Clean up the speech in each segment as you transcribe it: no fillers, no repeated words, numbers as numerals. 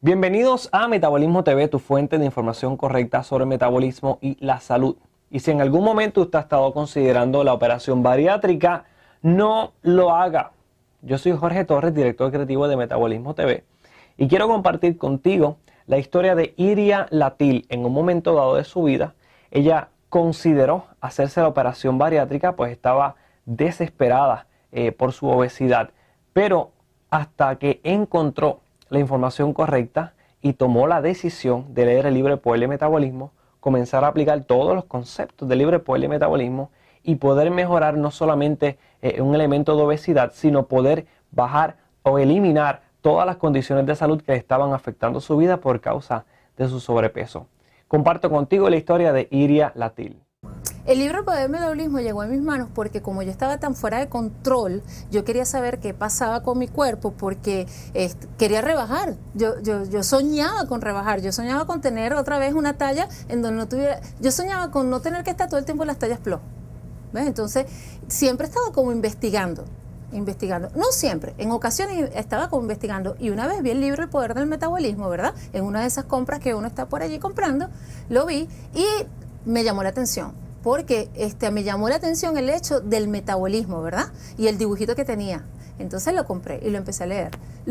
Bienvenidos a Metabolismo TV, tu fuente de información correcta sobre el metabolismo y la salud. Y si en algún momento usted ha estado considerando la operación bariátrica, no lo haga. Yo soy Jorge Torres, director creativo de Metabolismo TV, y quiero compartir contigo la historia de Iria Latil. En un momento dado de su vida, ella consideró hacerse la operación bariátrica, pues estaba desesperada por su obesidad, pero hasta que encontró la información correcta y tomó la decisión de leer el libro Poder del Metabolismo, comenzar a aplicar todos los conceptos del libro Poder del Metabolismo y poder mejorar no solamente un elemento de obesidad, sino poder bajar o eliminar todas las condiciones de salud que le estaban afectando su vida por causa de su sobrepeso. Comparto contigo la historia de Iria Latil. El libro Poder del Metabolismo llegó a mis manos porque como yo estaba tan fuera de control, yo quería saber qué pasaba con mi cuerpo porque quería rebajar. Yo soñaba con rebajar, yo soñaba con tener otra vez una talla en donde no tuviera, yo soñaba con no tener que estar todo el tiempo en las tallas plus. ¿Ves? Entonces siempre estaba como investigando. No siempre, en ocasiones estaba como investigando y una vez vi el libro El Poder del Metabolismo, ¿verdad? En una de esas compras que uno está por allí comprando, lo vi y me llamó la atención. Porque me llamó la atención el hecho del metabolismo, ¿verdad? Y el dibujito que tenía. Entonces lo compré y lo empecé a leer.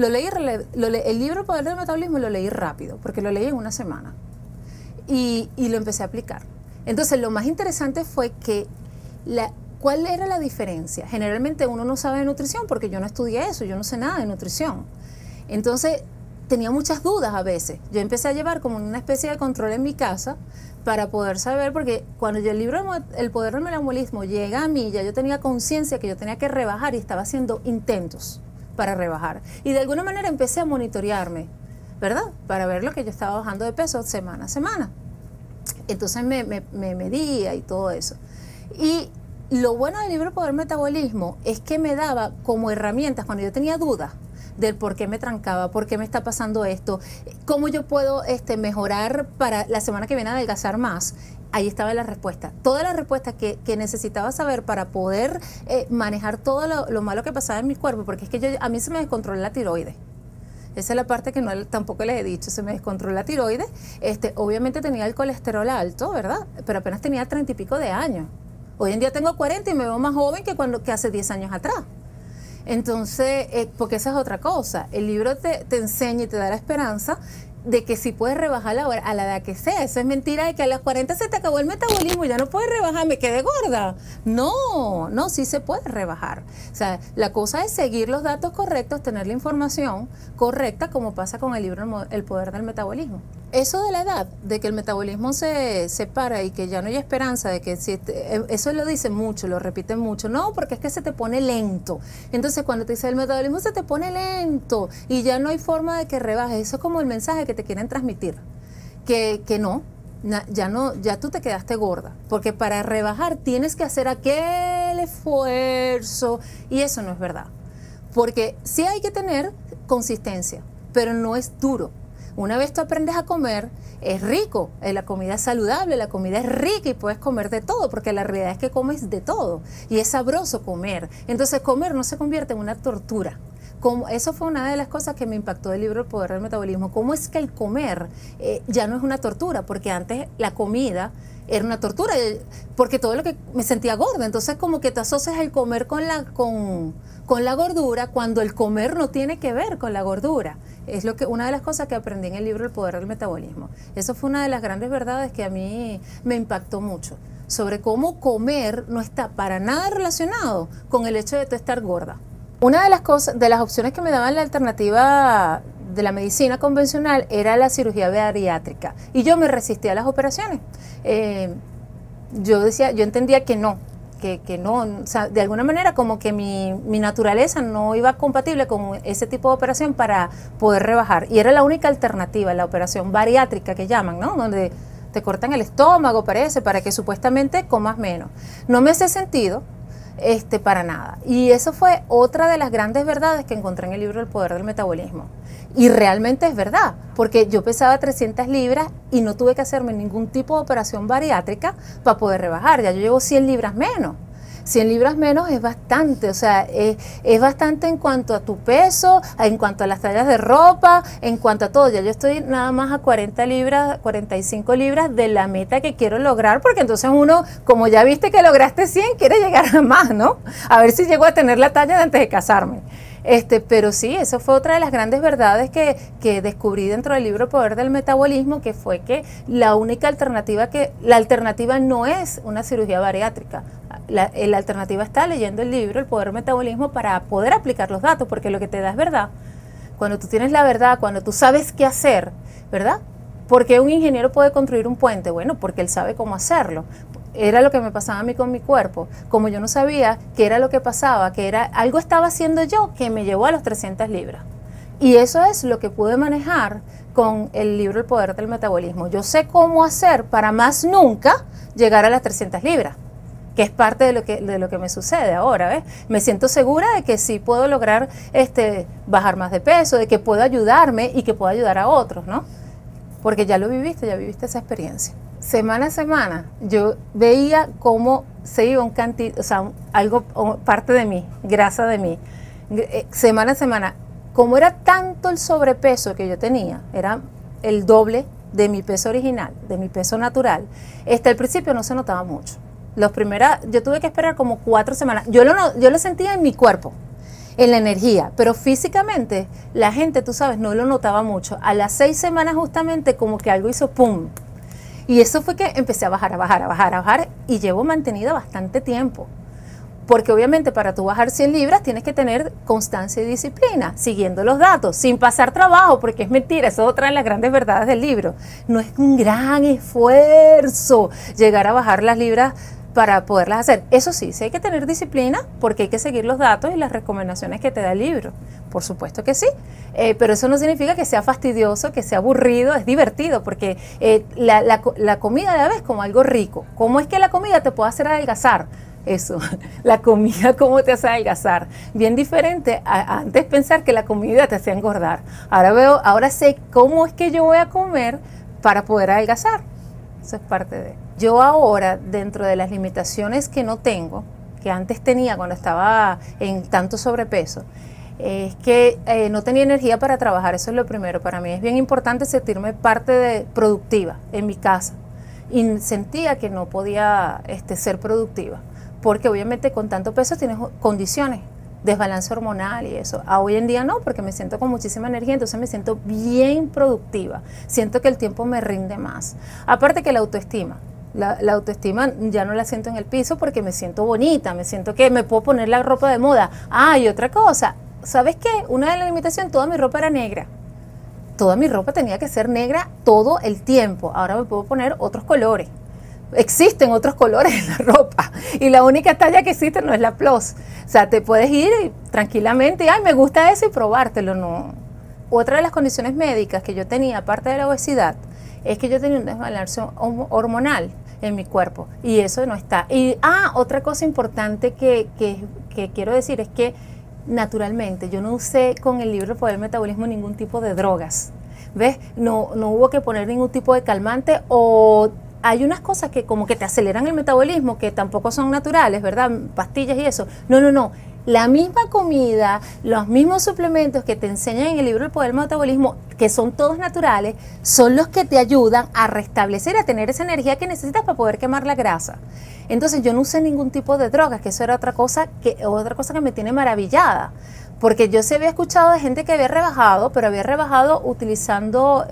El libro Poder del Metabolismo lo leí rápido, porque lo leí en una semana. Y lo empecé a aplicar. Entonces lo más interesante fue que ¿cuál era la diferencia? Generalmente uno no sabe de nutrición, porque yo no estudié eso, yo no sé nada de nutrición. Entonces tenía muchas dudas a veces. Yo empecé a llevar como una especie de control en mi casa para poder saber, porque cuando el libro El Poder del Metabolismo llega a mí, ya yo tenía conciencia que yo tenía que rebajar y estaba haciendo intentos para rebajar. Y de alguna manera empecé a monitorearme, ¿verdad? Para ver lo que yo estaba bajando de peso semana a semana. Entonces me medía y todo eso. Y lo bueno del libro Poder del Metabolismo es que me daba como herramientas cuando yo tenía dudas del por qué me trancaba, por qué me está pasando esto, cómo yo puedo mejorar para la semana que viene adelgazar más. Ahí estaba la respuesta, toda la respuesta que necesitaba saber para poder manejar todo lo malo que pasaba en mi cuerpo, porque es que a mí se me descontrola la tiroides. Esa es la parte que tampoco les he dicho, se me descontrola la tiroides. Obviamente tenía el colesterol alto, ¿verdad? Pero apenas tenía 30 y pico de años. Hoy en día tengo 40 y me veo más joven que hace 10 años atrás. Entonces, porque esa es otra cosa, el libro te enseña y te da la esperanza de que si puedes rebajar a la edad que sea. Eso es mentira de que a las 40 se te acabó el metabolismo, ya no puedes rebajar, me quedé gorda. No, sí se puede rebajar. O sea, la cosa es seguir los datos correctos, tener la información correcta, como pasa con el libro El Poder del Metabolismo. Eso de la edad, de que el metabolismo se para y que ya no hay esperanza, de que eso lo dicen mucho, lo repiten mucho. No, porque es que se te pone lento. Entonces, cuando te dice el metabolismo se te pone lento y ya no hay forma de que rebajes, eso es como el mensaje que te quieren transmitir, que no, ya tú te quedaste gorda, porque para rebajar tienes que hacer aquel esfuerzo y eso no es verdad, porque sí hay que tener consistencia, pero no es duro. Una vez tú aprendes a comer, es rico, la comida es saludable, la comida es rica y puedes comer de todo, porque la realidad es que comes de todo y es sabroso comer. Entonces comer no se convierte en una tortura. Eso fue una de las cosas que me impactó del libro El Poder del Metabolismo. ¿Cómo es que el comer ya no es una tortura? Porque antes la comida era una tortura, porque todo lo que me sentía gorda. Entonces como que te asocias el comer con la gordura, cuando el comer no tiene que ver con la gordura. Es una de las cosas que aprendí en el libro El Poder del Metabolismo. Eso fue una de las grandes verdades que a mí me impactó mucho, sobre cómo comer no está para nada relacionado con el hecho de tú estar gorda. Una de las opciones que me daban la alternativa de la medicina convencional era la cirugía bariátrica y yo me resistía a las operaciones. Yo entendía que no, o sea, de alguna manera como que mi naturaleza no iba compatible con ese tipo de operación para poder rebajar, y era la única alternativa, la operación bariátrica que llaman, ¿no? Donde te cortan el estómago, parece, para que supuestamente comas menos. No me hace sentido para nada, y eso fue otra de las grandes verdades que encontré en el libro El Poder del Metabolismo. Y realmente es verdad, porque yo pesaba 300 libras y no tuve que hacerme ningún tipo de operación bariátrica para poder rebajar. Ya yo llevo 100 libras menos. 100 libras menos es bastante, o sea, es bastante en cuanto a tu peso, en cuanto a las tallas de ropa, en cuanto a todo. Ya yo estoy nada más a 40 libras, 45 libras de la meta que quiero lograr, porque entonces uno, como ya viste que lograste 100, quiere llegar a más, ¿no? A ver si llego a tener la talla de antes de casarme. Pero sí, eso fue otra de las grandes verdades que descubrí dentro del libro Poder del Metabolismo, que fue que la única alternativa la alternativa no es una cirugía bariátrica. La alternativa está leyendo el libro El Poder del Metabolismo para poder aplicar los datos, porque lo que te da es verdad. Cuando tú tienes la verdad, cuando tú sabes qué hacer, ¿verdad? ¿Por qué un ingeniero puede construir un puente? Bueno, porque él sabe cómo hacerlo. Era lo que me pasaba a mí con mi cuerpo. Como yo no sabía qué era lo que pasaba, que era algo estaba haciendo yo que me llevó a los 300 libras. Y eso es lo que pude manejar con el libro El Poder del Metabolismo. Yo sé cómo hacer para más nunca llegar a las 300 libras, que es parte de lo que me sucede ahora, ¿ves? Me siento segura de que sí puedo lograr bajar más de peso, de que puedo ayudarme y que puedo ayudar a otros, ¿no? Porque ya viviste esa experiencia. Semana a semana yo veía cómo se iba parte de mí, grasa de mí. Semana a semana, como era tanto el sobrepeso que yo tenía, era el doble de mi peso original, de mi peso natural. Al principio no se notaba mucho. Yo tuve que esperar como 4 semanas. Yo lo sentía en mi cuerpo, en la energía, pero físicamente la gente, tú sabes, no lo notaba mucho. A las 6 semanas justamente como que algo hizo pum. Y eso fue que empecé a bajar y llevo mantenida bastante tiempo. Porque obviamente para tú bajar 100 libras tienes que tener constancia y disciplina, siguiendo los datos, sin pasar trabajo, porque es mentira, eso es otra de las grandes verdades del libro. No es un gran esfuerzo llegar a bajar las libras para poderlas hacer. Eso sí hay que tener disciplina porque hay que seguir los datos y las recomendaciones que te da el libro. Por supuesto que sí, pero eso no significa que sea fastidioso, que sea aburrido, es divertido porque la comida la ves como algo rico. ¿Cómo es que la comida te puede hacer adelgazar? Eso, la comida cómo te hace adelgazar. Bien diferente a antes pensar que la comida te hacía engordar. Ahora sé cómo es que yo voy a comer para poder adelgazar. Eso es parte de... Yo ahora, dentro de las limitaciones que no tengo, que antes tenía cuando estaba en tanto sobrepeso, es que no tenía energía para trabajar. Eso es lo primero. Para mí es bien importante sentirme productiva en mi casa. Y sentía que no podía ser productiva. Porque obviamente con tanto peso tienes condiciones, desbalance hormonal y eso. Hoy en día no, porque me siento con muchísima energía, entonces me siento bien productiva. Siento que el tiempo me rinde más. Aparte que la autoestima. La autoestima ya no la siento en el piso porque me siento bonita, me siento que me puedo poner la ropa de moda. Y otra cosa, ¿sabes qué? Una de las limitaciones, toda mi ropa era negra. Toda mi ropa tenía que ser negra todo el tiempo. Ahora me puedo poner otros colores. Existen otros colores en la ropa y la única talla que existe no es la plus. O sea, te puedes ir tranquilamente y me gusta eso y probártelo. No. Otra de las condiciones médicas que yo tenía, aparte de la obesidad, es que yo tenía un desbalance hormonal en mi cuerpo y eso no está. Y otra cosa importante que quiero decir es que naturalmente yo no usé con el libro Poder del Metabolismo ningún tipo de drogas. ¿Ves? No hubo que poner ningún tipo de calmante o... Hay unas cosas que como que te aceleran el metabolismo, que tampoco son naturales, ¿verdad? Pastillas y eso. No. La misma comida, los mismos suplementos que te enseñan en el libro El Poder del Metabolismo, que son todos naturales, son los que te ayudan a restablecer, a tener esa energía que necesitas para poder quemar la grasa. Entonces yo no usé ningún tipo de drogas, que eso era otra cosa que me tiene maravillada. Porque yo se había escuchado de gente que había rebajado, pero había rebajado utilizando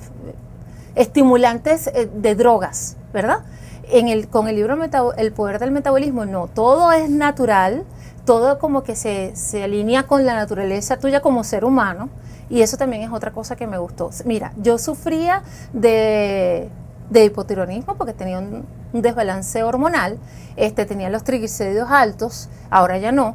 estimulantes de drogas, ¿verdad? Con el libro El Poder del Metabolismo, no, todo es natural, todo como que se alinea con la naturaleza tuya como ser humano, y eso también es otra cosa que me gustó. Mira, yo sufría de hipotiroidismo porque tenía un desbalance hormonal, tenía los triglicéridos altos, ahora ya no,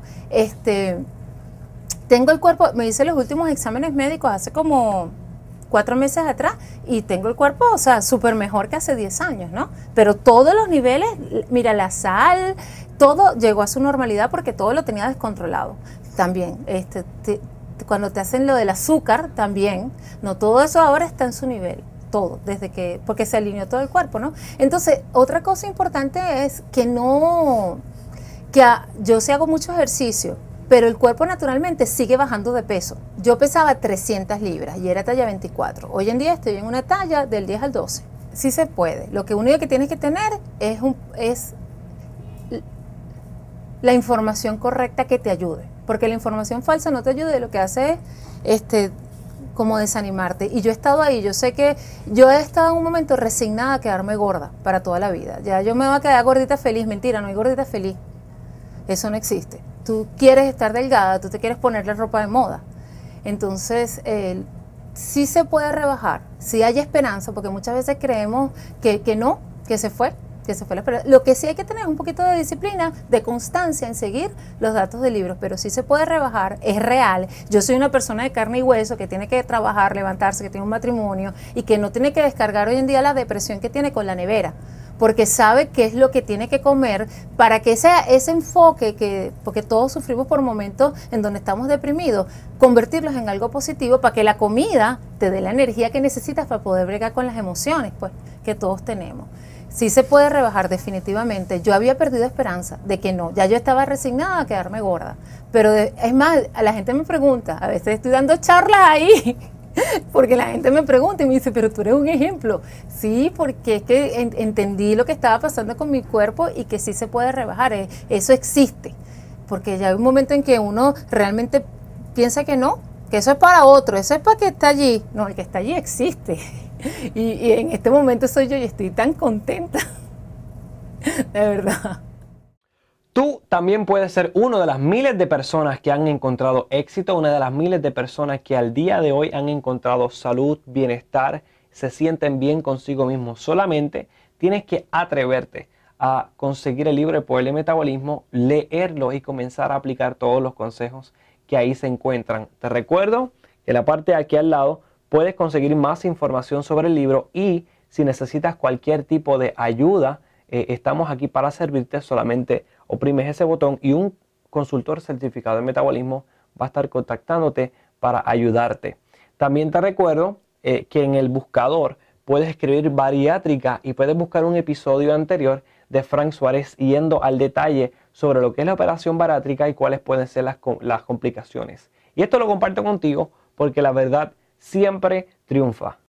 tengo el cuerpo, me hice los últimos exámenes médicos hace como 4 meses atrás y tengo el cuerpo, o sea, súper mejor que hace 10 años, ¿no? Pero todos los niveles, mira, la sal, todo llegó a su normalidad porque todo lo tenía descontrolado. También, cuando te hacen lo del azúcar, también, no, todo eso ahora está en su nivel, todo, porque se alineó todo el cuerpo, ¿no? Entonces, otra cosa importante es que no yo sí hago mucho ejercicio, pero el cuerpo naturalmente sigue bajando de peso. Yo pesaba 300 libras y era talla 24. Hoy en día estoy en una talla del 10 al 12. Sí se puede. Lo que único que tienes que tener es la información correcta que te ayude. Porque la información falsa no te ayuda y lo que hace es como desanimarte. Y yo he estado ahí, yo sé que yo he estado en un momento resignada a quedarme gorda para toda la vida. Ya yo me voy a quedar gordita feliz. Mentira, no hay gordita feliz. Eso no existe. Tú quieres estar delgada, tú te quieres ponerle ropa de moda. Entonces, sí se puede rebajar, sí hay esperanza, porque muchas veces creemos que no, que se fue la esperanza. Lo que sí hay que tener es un poquito de disciplina, de constancia en seguir los datos del libro, pero sí se puede rebajar, es real. Yo soy una persona de carne y hueso que tiene que trabajar, levantarse, que tiene un matrimonio y que no tiene que descargar hoy en día la depresión que tiene con la nevera, porque sabe qué es lo que tiene que comer para que ese enfoque, porque todos sufrimos por momentos en donde estamos deprimidos, convertirlos en algo positivo para que la comida te dé la energía que necesitas para poder bregar con las emociones pues, que todos tenemos. Sí se puede rebajar definitivamente. Yo había perdido esperanza de que no, ya yo estaba resignada a quedarme gorda, pero es más, a la gente me pregunta, a veces estoy dando charlas ahí, porque la gente me pregunta y me dice, pero tú eres un ejemplo. Sí, porque es que entendí lo que estaba pasando con mi cuerpo y que sí se puede rebajar, eso existe. Porque ya hay un momento en que uno realmente piensa que no, que eso es para otro, eso es para que está allí. No, el que está allí existe. Y en este momento soy yo y estoy tan contenta, de verdad. Tú también puedes ser una de las miles de personas que han encontrado éxito, una de las miles de personas que al día de hoy han encontrado salud, bienestar, se sienten bien consigo mismos. Solamente tienes que atreverte a conseguir el libro El Poder del Metabolismo, leerlo y comenzar a aplicar todos los consejos que ahí se encuentran. Te recuerdo que en la parte de aquí al lado puedes conseguir más información sobre el libro y si necesitas cualquier tipo de ayuda, estamos aquí para servirte. Solamente oprimes ese botón y un consultor certificado en metabolismo va a estar contactándote para ayudarte. También te recuerdo que en el buscador puedes escribir bariátrica y puedes buscar un episodio anterior de Frank Suárez yendo al detalle sobre lo que es la operación bariátrica y cuáles pueden ser las complicaciones. Y esto lo comparto contigo porque la verdad siempre triunfa.